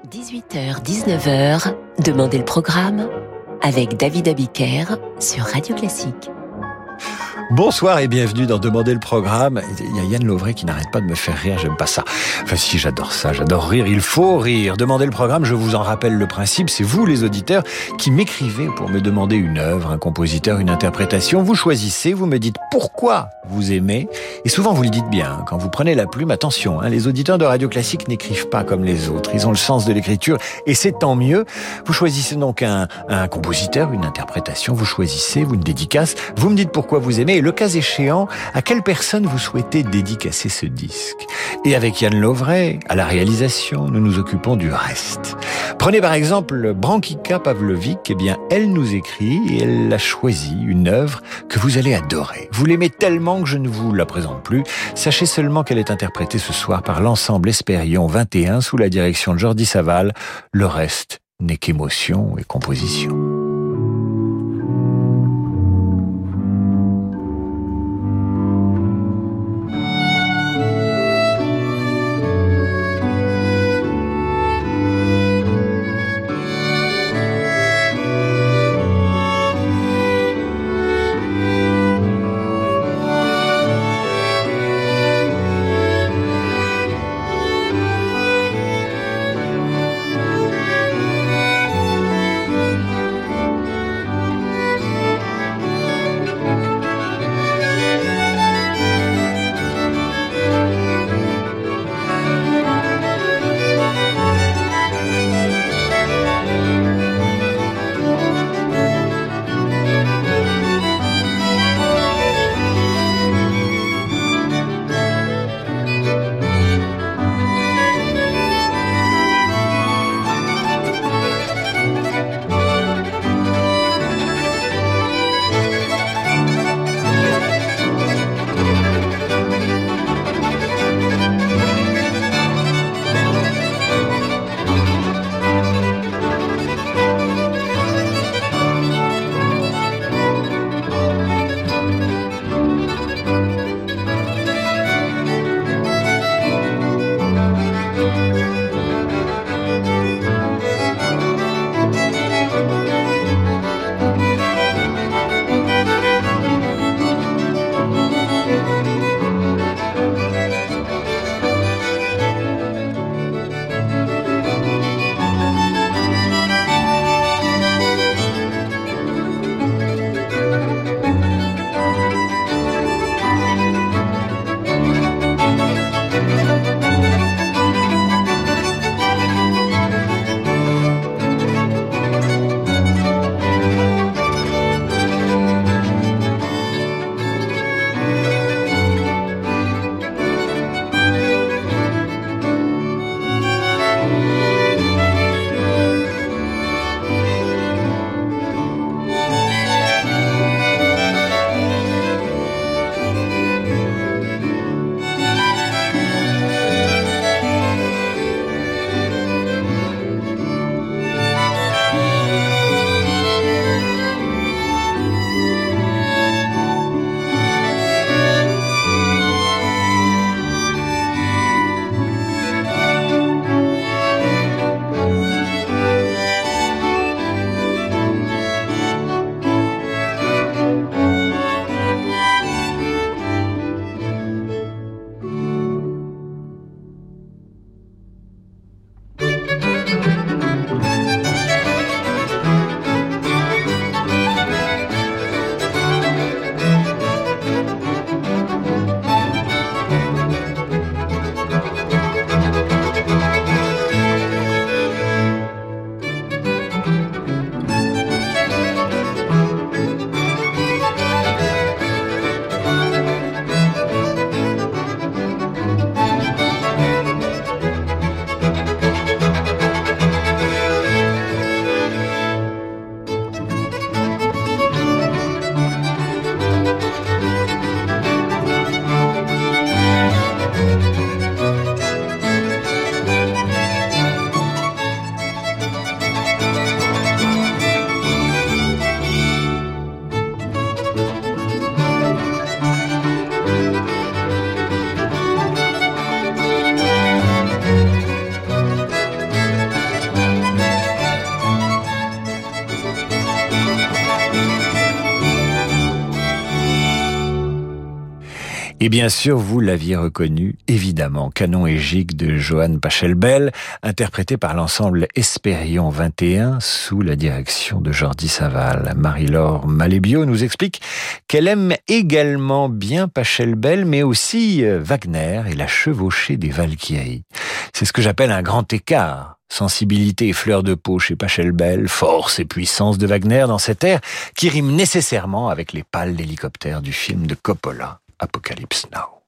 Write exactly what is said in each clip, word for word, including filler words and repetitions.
dix-huit heures dix-neuf heures, Demandez le programme avec David Abiker sur Radio Classique. Bonsoir et bienvenue dans Demandez le programme. Il y a Yann Lovray qui n'arrête pas de me faire rire, j'aime pas ça. Enfin si, j'adore ça, j'adore rire, il faut rire. Demandez le programme, je vous en rappelle le principe, c'est vous les auditeurs qui m'écrivez pour me demander une œuvre, un compositeur, une interprétation. Vous choisissez, vous me dites pourquoi vous aimez, et souvent vous le dites bien. Quand vous prenez la plume, attention, hein, les auditeurs de Radio Classique n'écrivent pas comme les autres, ils ont le sens de l'écriture, et c'est tant mieux. Vous choisissez donc un, un compositeur, une interprétation, vous choisissez, vous une dédicace, vous me dites pourquoi vous aimez, et le cas échéant, à quelle personne vous souhaitez dédicacer ce disque. Et avec Yann Lovray, à la réalisation, nous nous occupons du reste. Prenez par exemple Brankica Pavlovic, eh bien, elle nous écrit et elle a choisi une œuvre que vous allez adorer. Vous l'aimez tellement que je ne vous la présente plus. Sachez seulement qu'elle est interprétée ce soir par l'ensemble Espérion vingt et un sous la direction de Jordi Saval. Le reste n'est qu'émotion et composition. Et bien sûr, vous l'aviez reconnu, évidemment, Canon et Gigue de Johann Pachelbel, interprété par l'ensemble Hespérion vingt et un sous la direction de Jordi Savall. Marie-Laure Malébio nous explique qu'elle aime également bien Pachelbel, mais aussi Wagner et la chevauchée des Valkyries. C'est ce que j'appelle un grand écart. Sensibilité et fleur de peau chez Pachelbel, force et puissance de Wagner dans cet air qui rime nécessairement avec les pales d'hélicoptères du film de Coppola, Apocalypse Now.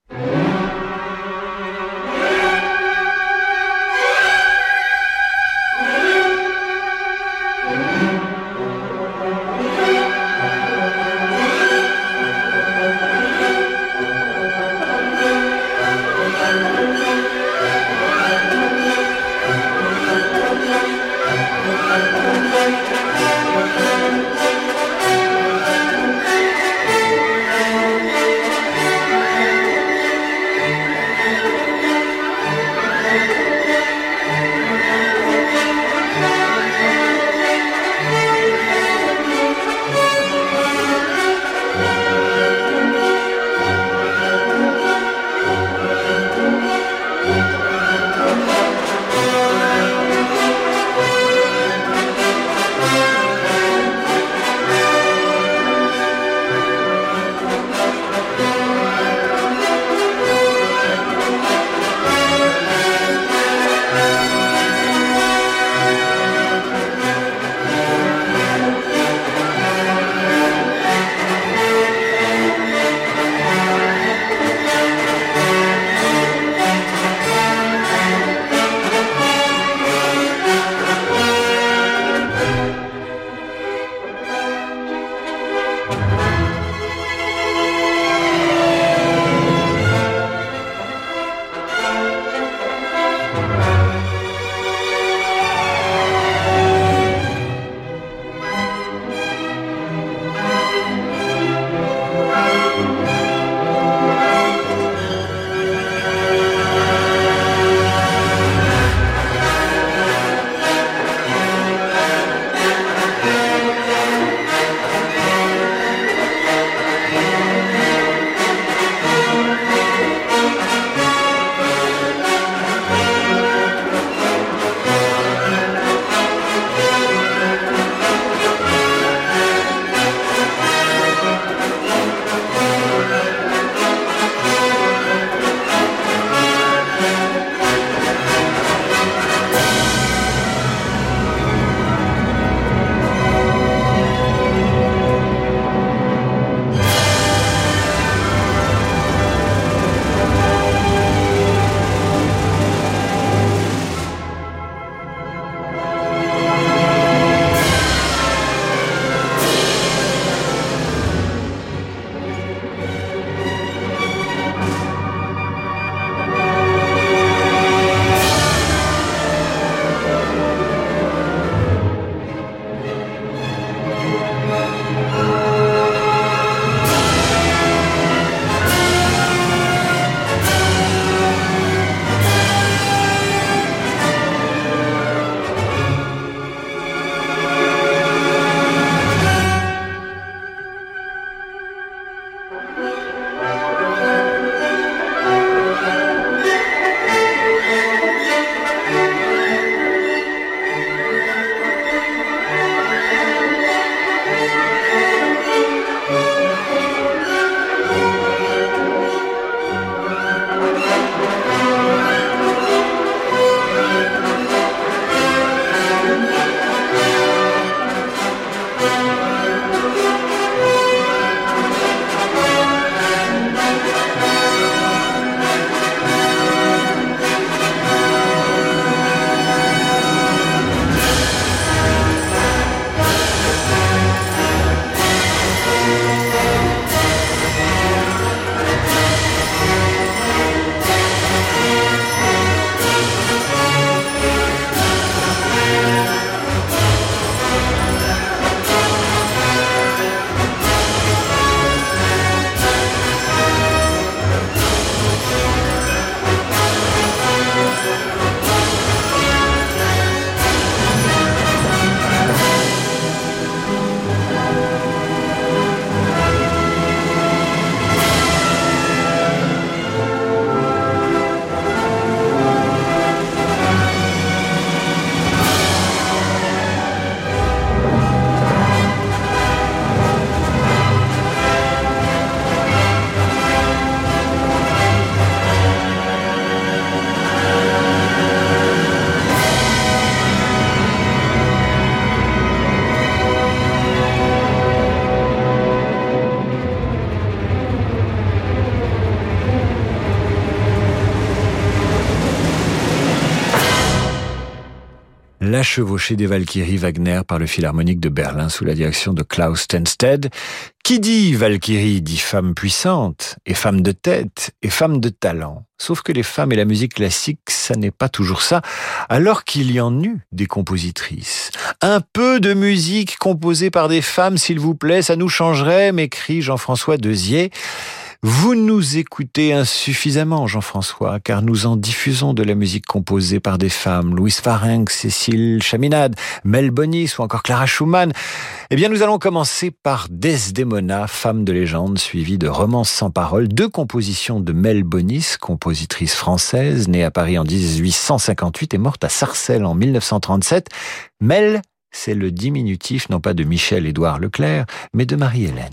La chevauchée des Valkyries Wagner par le Philharmonique de Berlin sous la direction de Klaus Stenstedt. Qui dit Valkyrie dit femme puissante, et femme de tête, et femme de talent. Sauf que les femmes et la musique classique, ça n'est pas toujours ça, alors qu'il y en eut des compositrices. Un peu de musique composée par des femmes, s'il vous plaît, ça nous changerait, m'écrit Jean-François Deuzier. Vous nous écoutez insuffisamment, Jean-François, car nous en diffusons de la musique composée par des femmes. Louise Farenc, Cécile Chaminade, Mel Bonis ou encore Clara Schumann. Eh bien, nous allons commencer par Desdemona, femme de légende, suivie de Romances sans parole, deux compositions de Mel Bonis, compositrice française, née à Paris en dix-huit cent cinquante-huit et morte à Sarcelles en mille neuf cent trente-sept. Mel, c'est le diminutif non pas de Michel-Édouard Leclerc, mais de Marie-Hélène.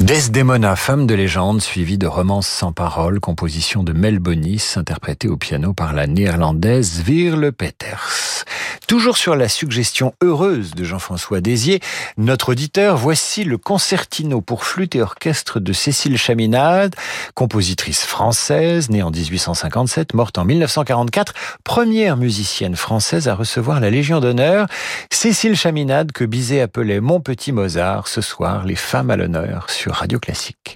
Desdemona, femme de légende, suivie de Romances sans paroles, composition de Mel Bonis, interprétée au piano par la néerlandaise Virle Peters. Toujours sur la suggestion heureuse de Jean-François Désier, notre auditeur, voici le concertino pour flûte et orchestre de Cécile Chaminade, compositrice française, née en dix-huit cent cinquante-sept, morte en mille neuf cent quarante-quatre, première musicienne française à recevoir la Légion d'honneur. Cécile Chaminade, que Bizet appelait mon petit Mozart, ce soir, les femmes à l'honneur sur Radio Classique.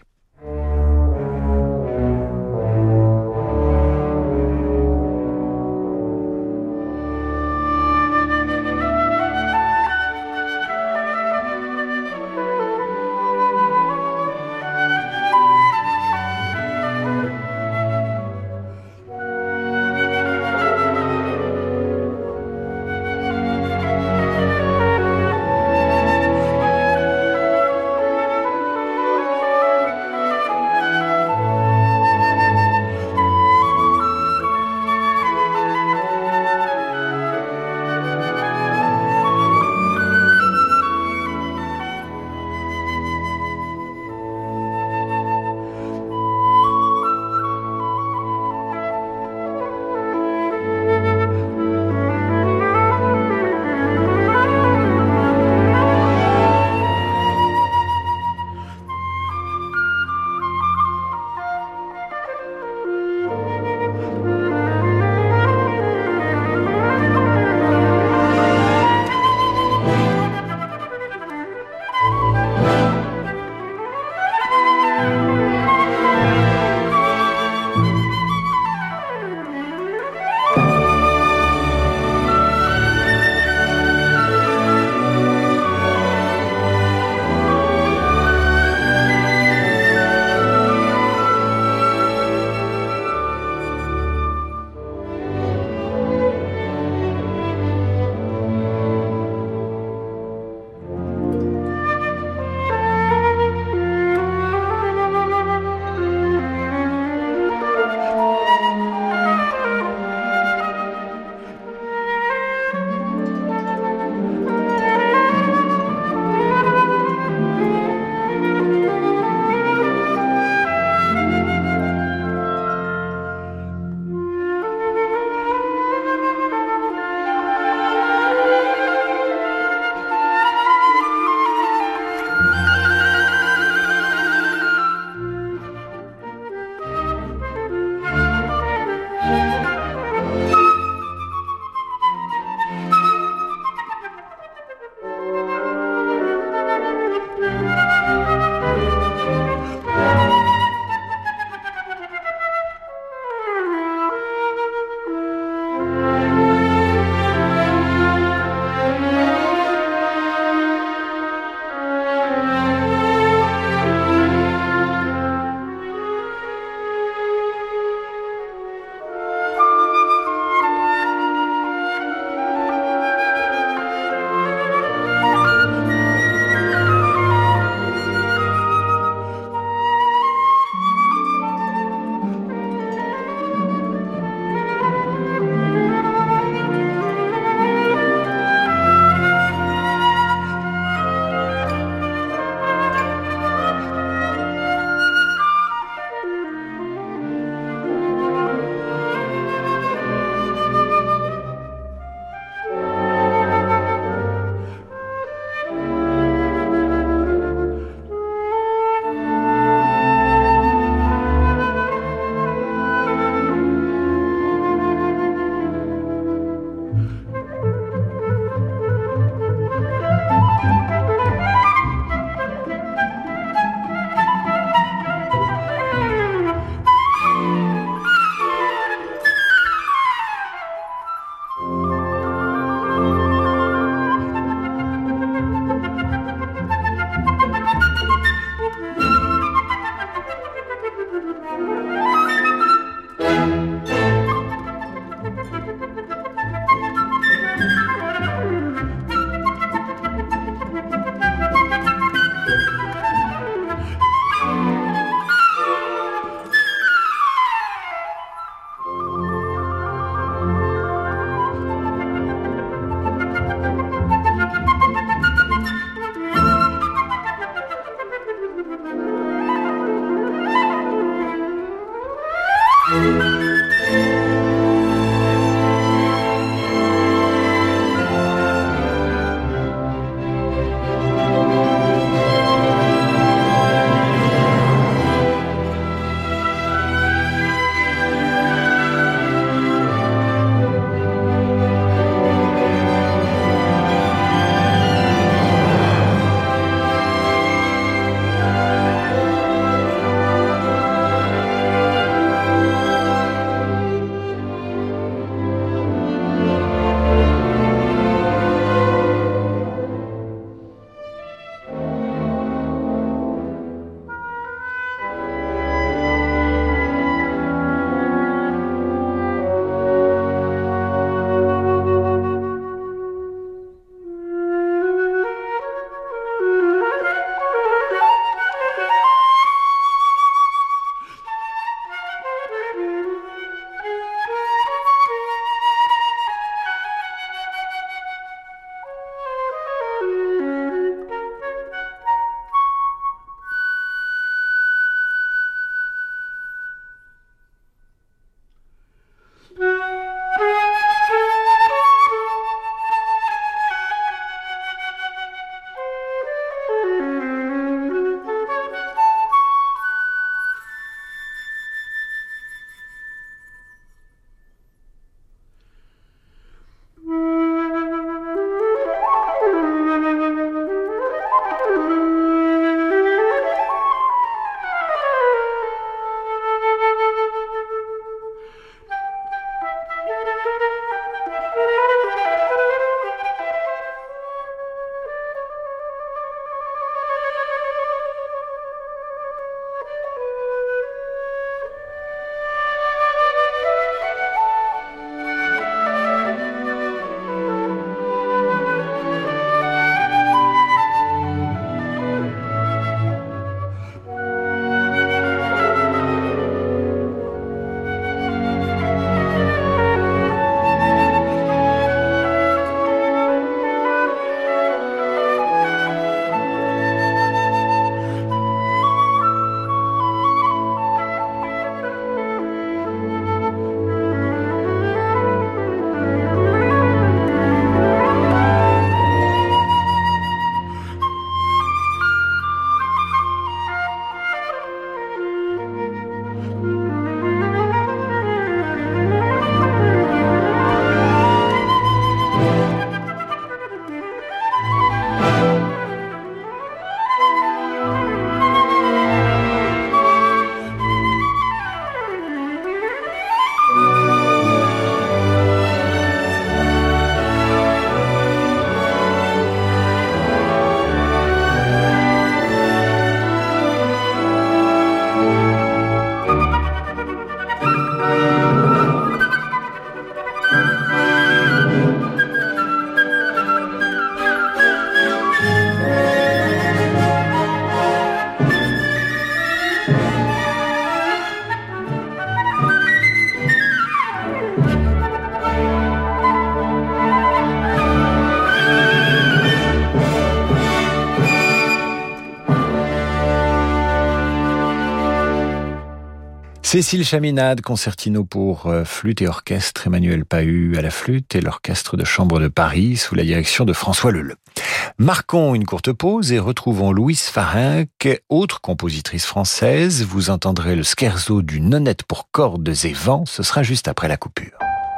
Cécile Chaminade, concertino pour flûte et orchestre, Emmanuel Pahud à la flûte et l'orchestre de chambre de Paris sous la direction de François Leleu. Marquons une courte pause et retrouvons Louise Farinck, autre compositrice française. Vous entendrez le scherzo du nonette pour cordes et vent, ce sera juste après la coupure.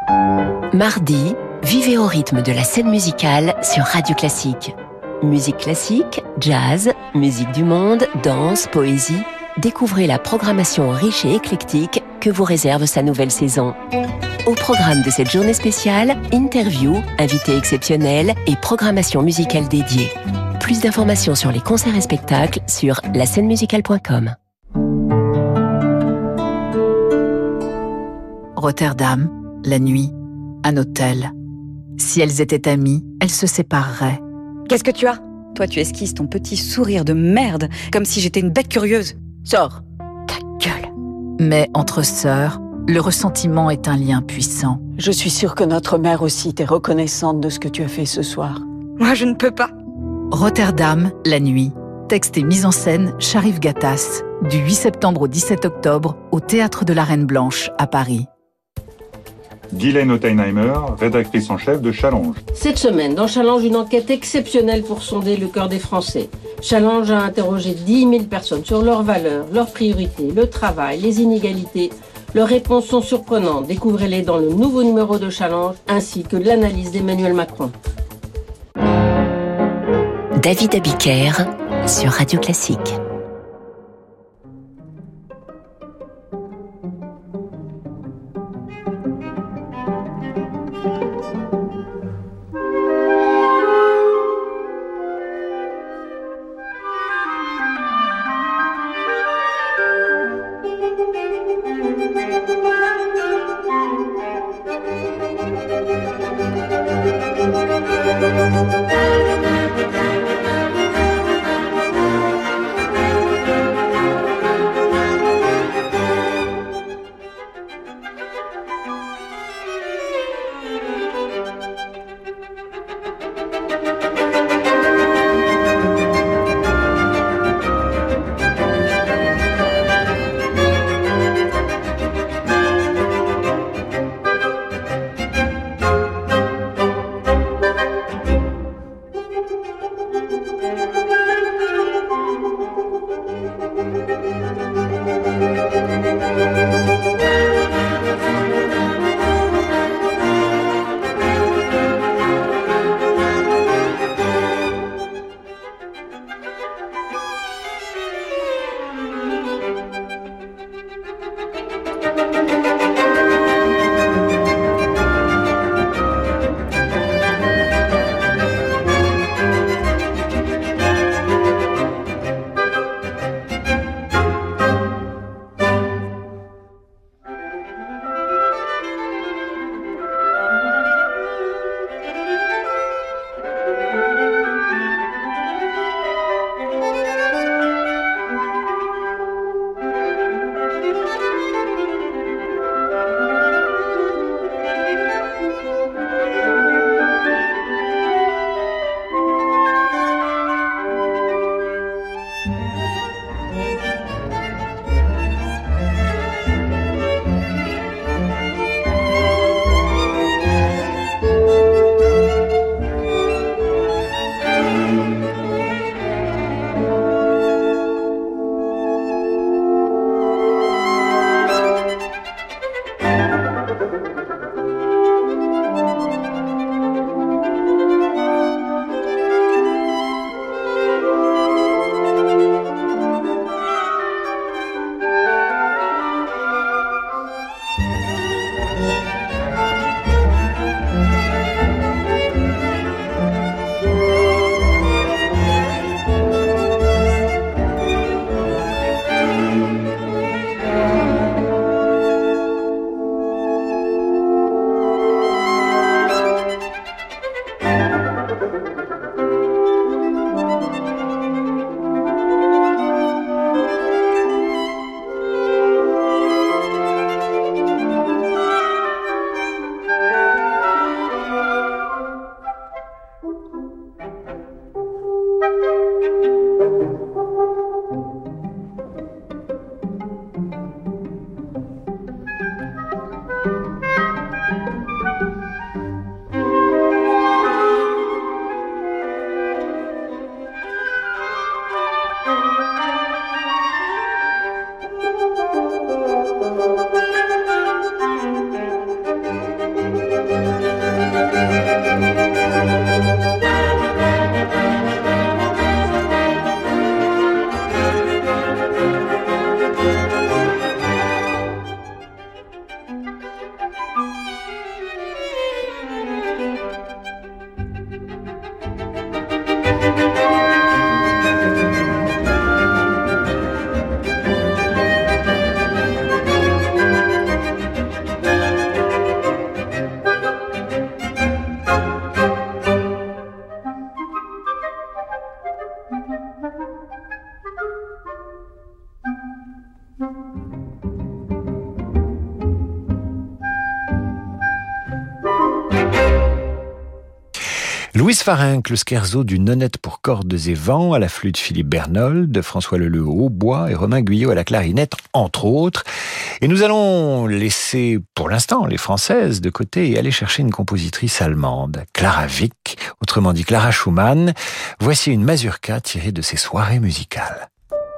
Mardi, vivez au rythme de la scène musicale sur Radio Classique. Musique classique, jazz, musique du monde, danse, poésie. Découvrez la programmation riche et éclectique que vous réserve sa nouvelle saison. Au programme de cette journée spéciale, interviews, invités exceptionnels et programmation musicale dédiée. Plus d'informations sur les concerts et spectacles sur la scène musicale point com. Rotterdam, la nuit, un hôtel. Si elles étaient amies, elles se sépareraient. Qu'est-ce que tu as ? Toi, tu esquisses ton petit sourire de merde, comme si j'étais une bête curieuse. Sors ! Ta gueule ! Mais entre sœurs, le ressentiment est un lien puissant. Je suis sûre que notre mère aussi t'est reconnaissante de ce que tu as fait ce soir. Moi, je ne peux pas. Rotterdam, la nuit, Texte et mise en scène, Sharif Gattas, du huit septembre au dix-sept octobre, au Théâtre de la Reine Blanche, à Paris. Guylaine Ottenheimer, rédactrice en chef de Challenge. Cette semaine, dans Challenge, une enquête exceptionnelle pour sonder le cœur des Français. Challenge a interrogé dix mille personnes sur leurs valeurs, leurs priorités, le travail, les inégalités. Leurs réponses sont surprenantes. Découvrez-les dans le nouveau numéro de Challenge, ainsi que l'analyse d'Emmanuel Macron. David Abiker sur Radio Classique. Louise Farenc, le scherzo du nonette pour cordes et vents, à la flûte Philippe Bernold, François Leleu au hautbois et Romain Guyot à la clarinette, entre autres. Et nous allons laisser, pour l'instant, les françaises de côté et aller chercher une compositrice allemande, Clara Wieck, autrement dit Clara Schumann. Voici une mazurka tirée de ses soirées musicales.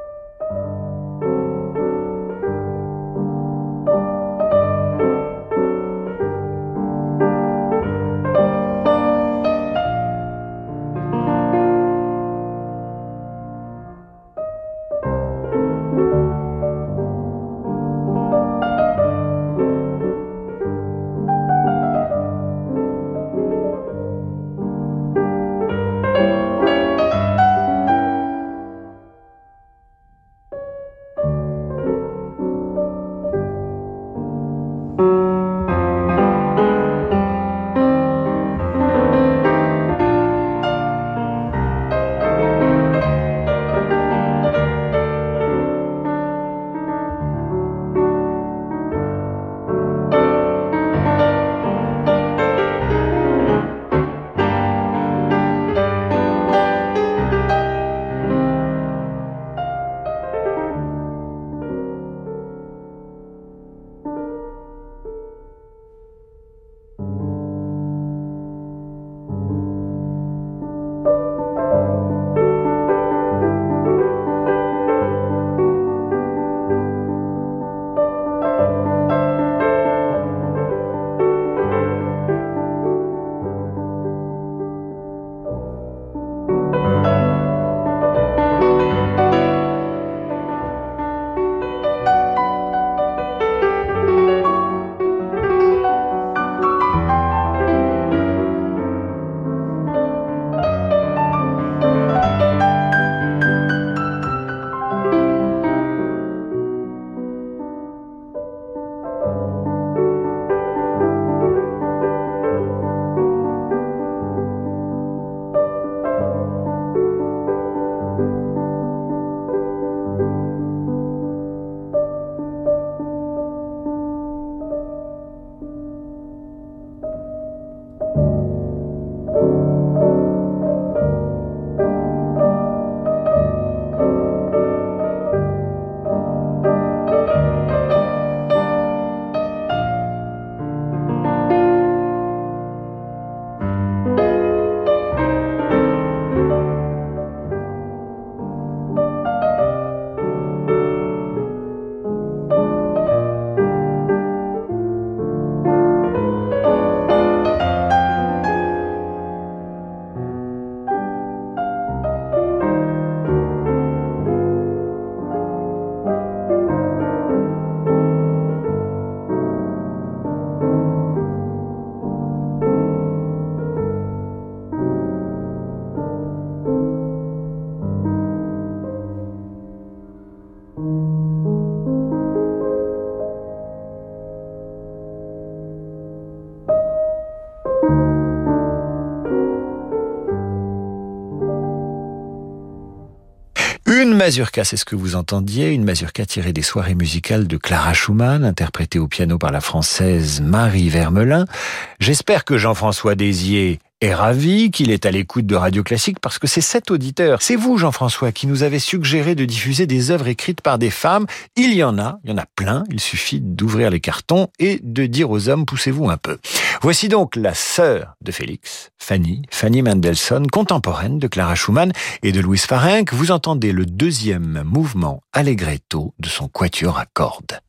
Une mazurka, c'est ce que vous entendiez, une mazurka tirée des soirées musicales de Clara Schumann, interprétée au piano par la française Marie Vermelin. J'espère que Jean-François Désier est ravi, qu'il est à l'écoute de Radio Classique, parce que c'est cet auditeur, c'est vous Jean-François, qui nous avez suggéré de diffuser des œuvres écrites par des femmes. Il y en a, il y en a plein, il suffit d'ouvrir les cartons et de dire aux hommes, poussez-vous un peu. Voici donc la sœur de Félix, Fanny, Fanny Mendelssohn, contemporaine de Clara Schumann et de Louise Farenc. Vous entendez le deuxième mouvement allegretto de son quatuor à cordes.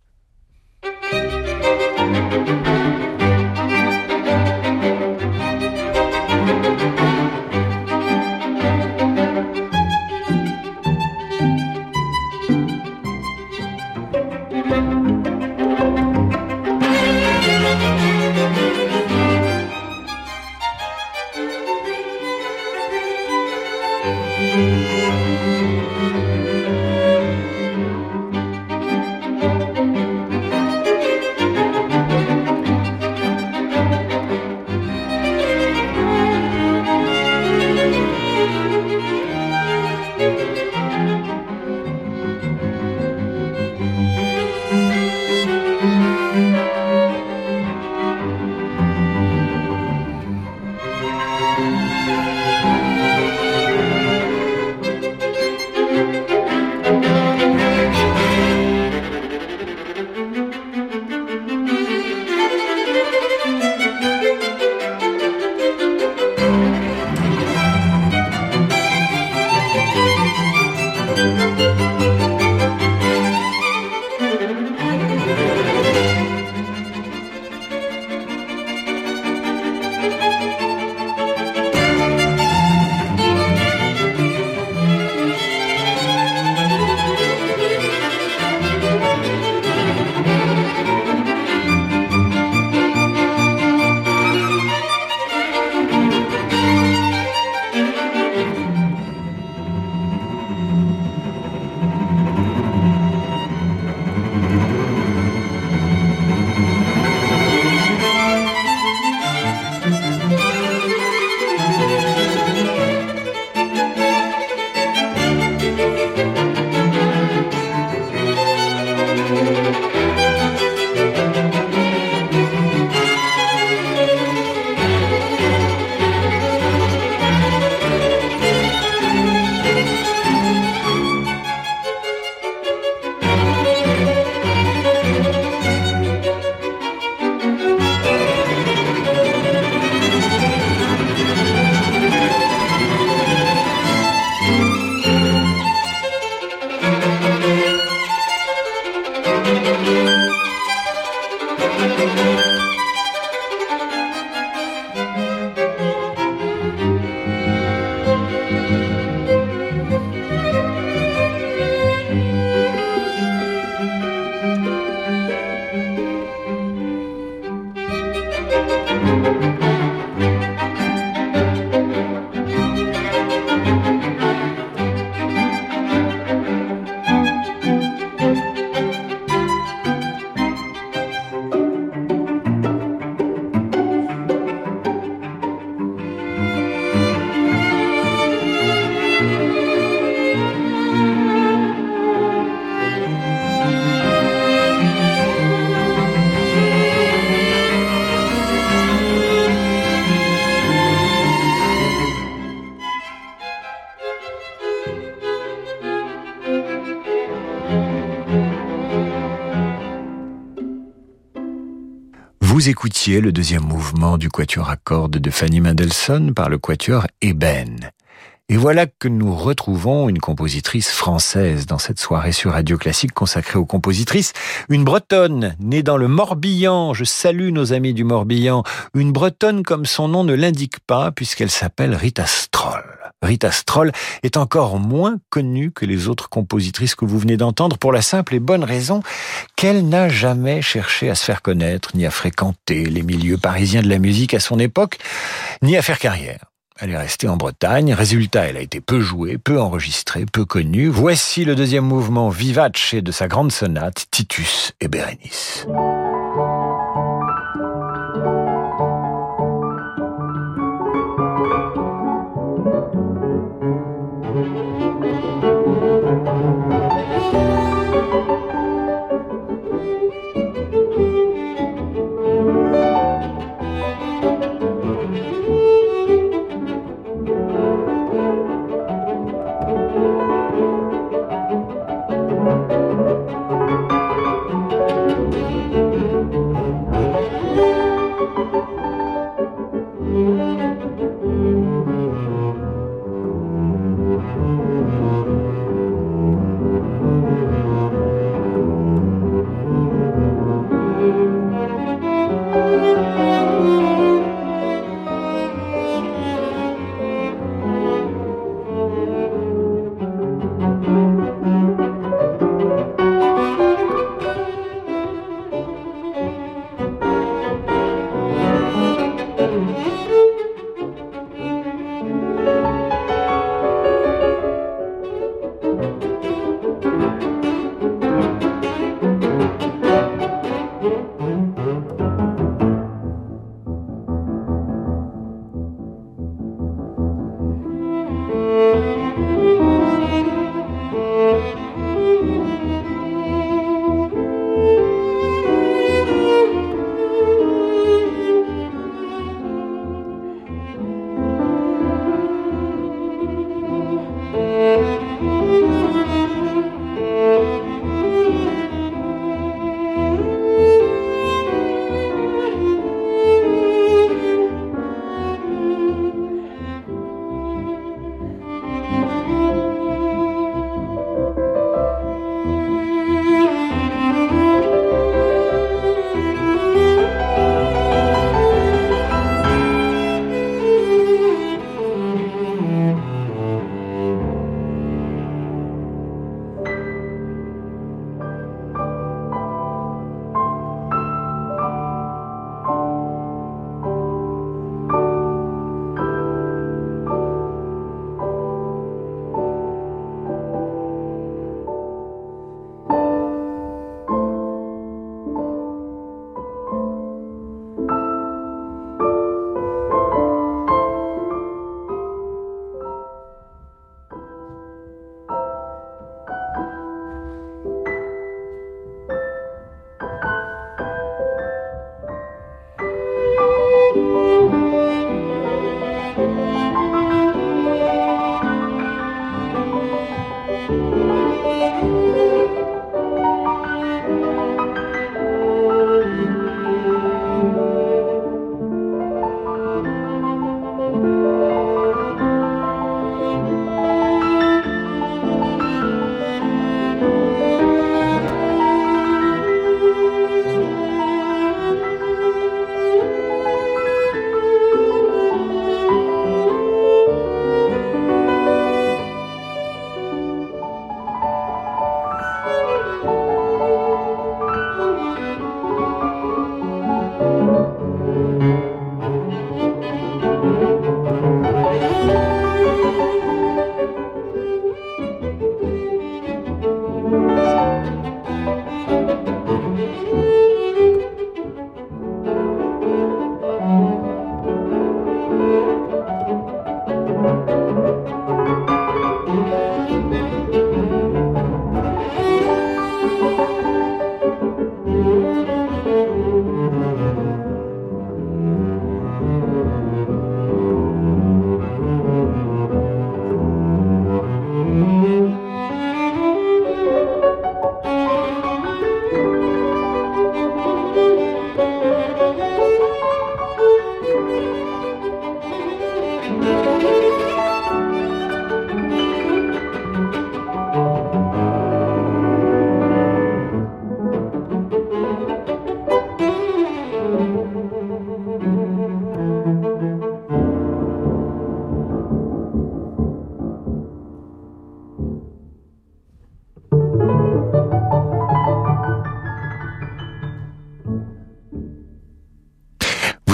Thank you. Vous écoutiez le deuxième mouvement du quatuor à cordes de Fanny Mendelssohn par le quatuor Eben. Et voilà que nous retrouvons une compositrice française dans cette soirée sur Radio Classique consacrée aux compositrices. Une Bretonne, née dans le Morbihan. Je salue nos amis du Morbihan. Une Bretonne comme son nom ne l'indique pas, puisqu'elle s'appelle Rita Stroll. Rita Stroll est encore moins connue que les autres compositrices que vous venez d'entendre pour la simple et bonne raison qu'elle n'a jamais cherché à se faire connaître, ni à fréquenter les milieux parisiens de la musique à son époque, ni à faire carrière. Elle est restée en Bretagne. Résultat, elle a été peu jouée, peu enregistrée, peu connue. Voici le deuxième mouvement vivace de sa grande sonate Titus et Bérénice. Thank you.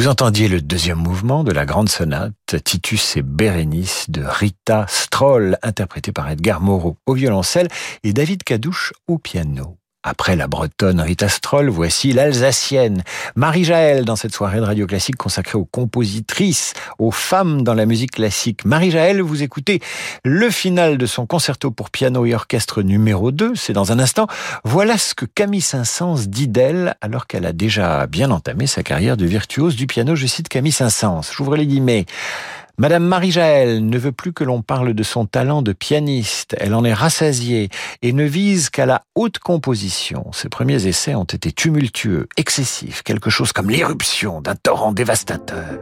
Vous entendiez le deuxième mouvement de la grande sonate Titus et Bérénice de Rita Stroll, interprétée par Edgar Moreau au violoncelle et David Cadouche au piano. Après la bretonne Rita Stroll, voici l'alsacienne Marie-Jaëlle dans cette soirée de Radio Classique consacrée aux compositrices, aux femmes dans la musique classique. Marie-Jaëlle, vous écoutez le final de son concerto pour piano et orchestre numéro deux, c'est dans un instant. Voilà ce que Camille Saint-Saëns dit d'elle alors qu'elle a déjà bien entamé sa carrière de virtuose du piano. Je cite Camille Saint-Saëns, j'ouvre les guillemets. Madame Marie-Jaëlle ne veut plus que l'on parle de son talent de pianiste. Elle en est rassasiée et ne vise qu'à la haute composition. Ses premiers essais ont été tumultueux, excessifs, quelque chose comme l'éruption d'un torrent dévastateur.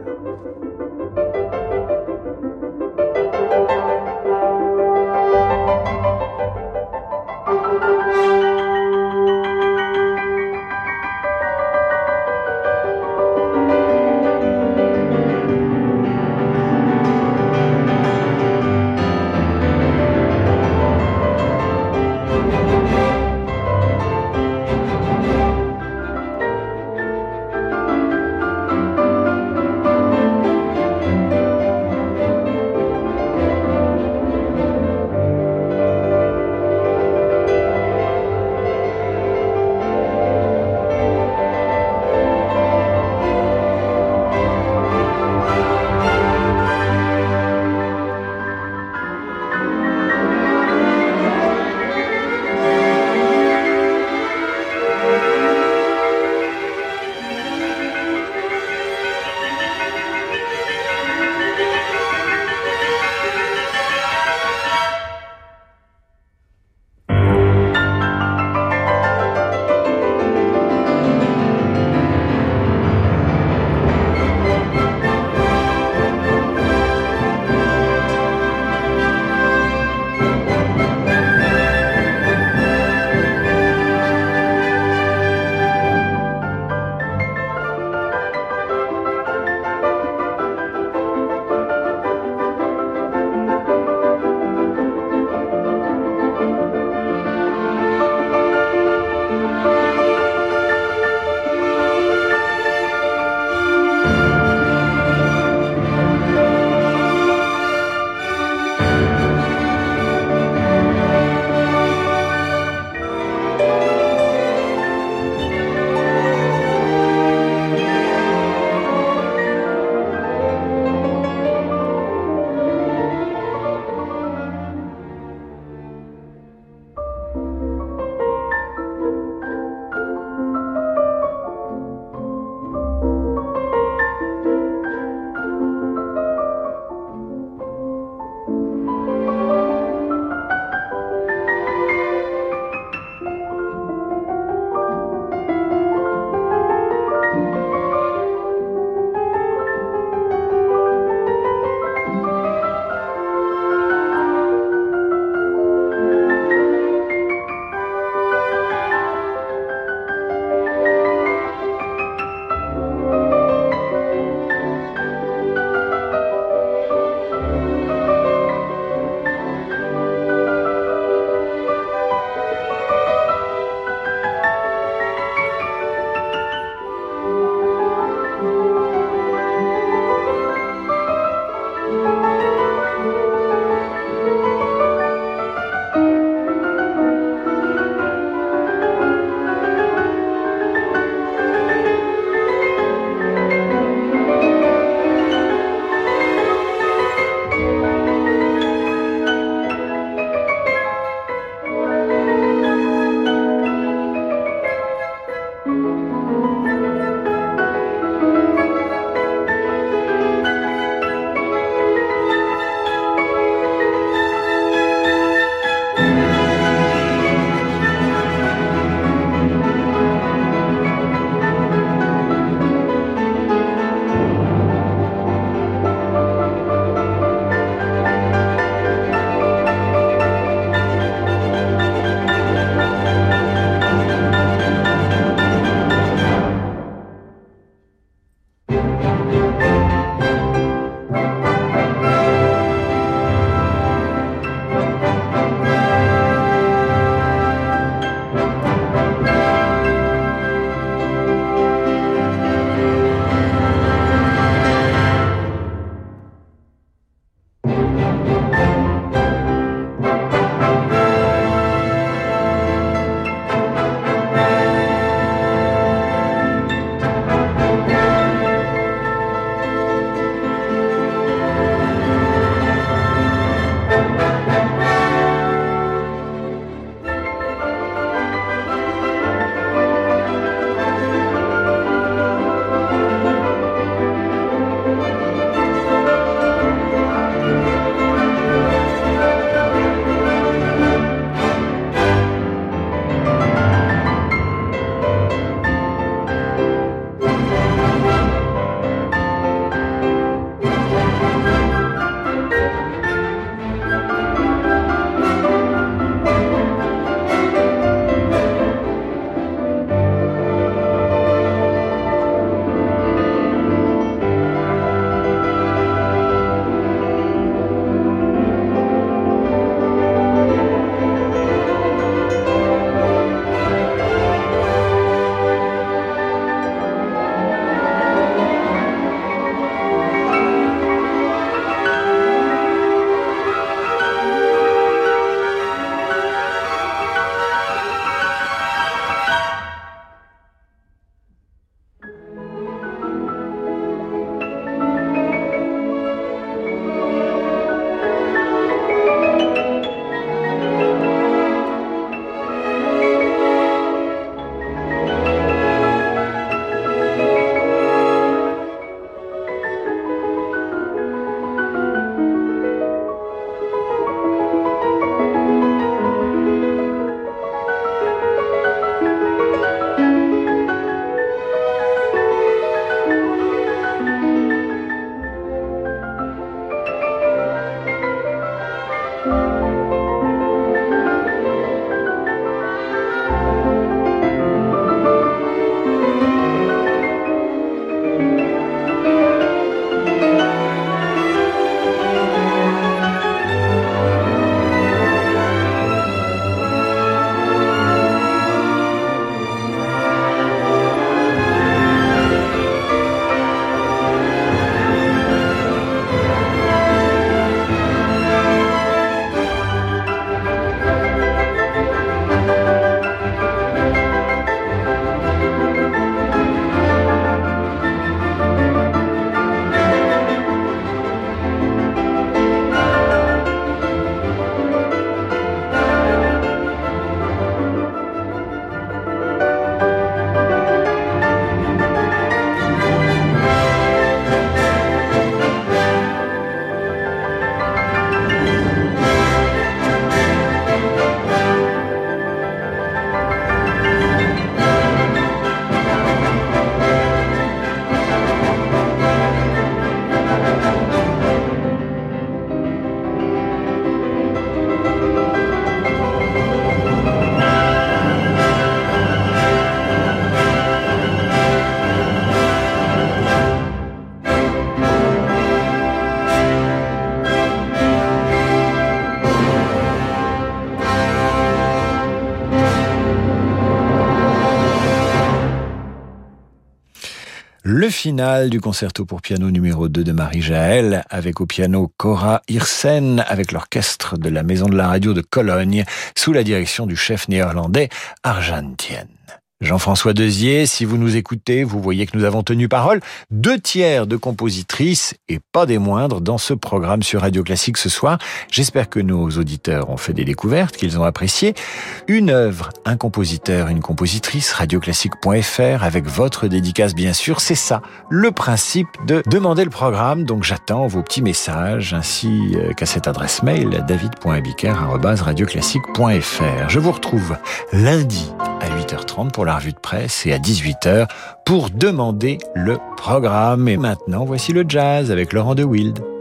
finale du concerto pour piano numéro deux de Marie-Jaël, avec au piano Cora Hirsen, avec l'orchestre de la Maison de la Radio de Cologne, sous la direction du chef néerlandais Arjan Tien. Jean-François Deusier, si vous nous écoutez, vous voyez que nous avons tenu parole. Deux tiers de compositrices, et pas des moindres, dans ce programme sur Radio Classique ce soir. J'espère que nos auditeurs ont fait des découvertes, qu'ils ont appréciées. Une œuvre, un compositeur, une compositrice, radioclassique point f r, avec votre dédicace bien sûr. C'est ça, le principe de demander le programme. Donc j'attends vos petits messages, ainsi qu'à cette adresse mail, david point abiker arobase radioclassique point f r. Je vous retrouve lundi à huit heures trente pour la revue de presse et à dix-huit heures pour demander le programme. Et maintenant, voici le jazz avec Laurent de Wild.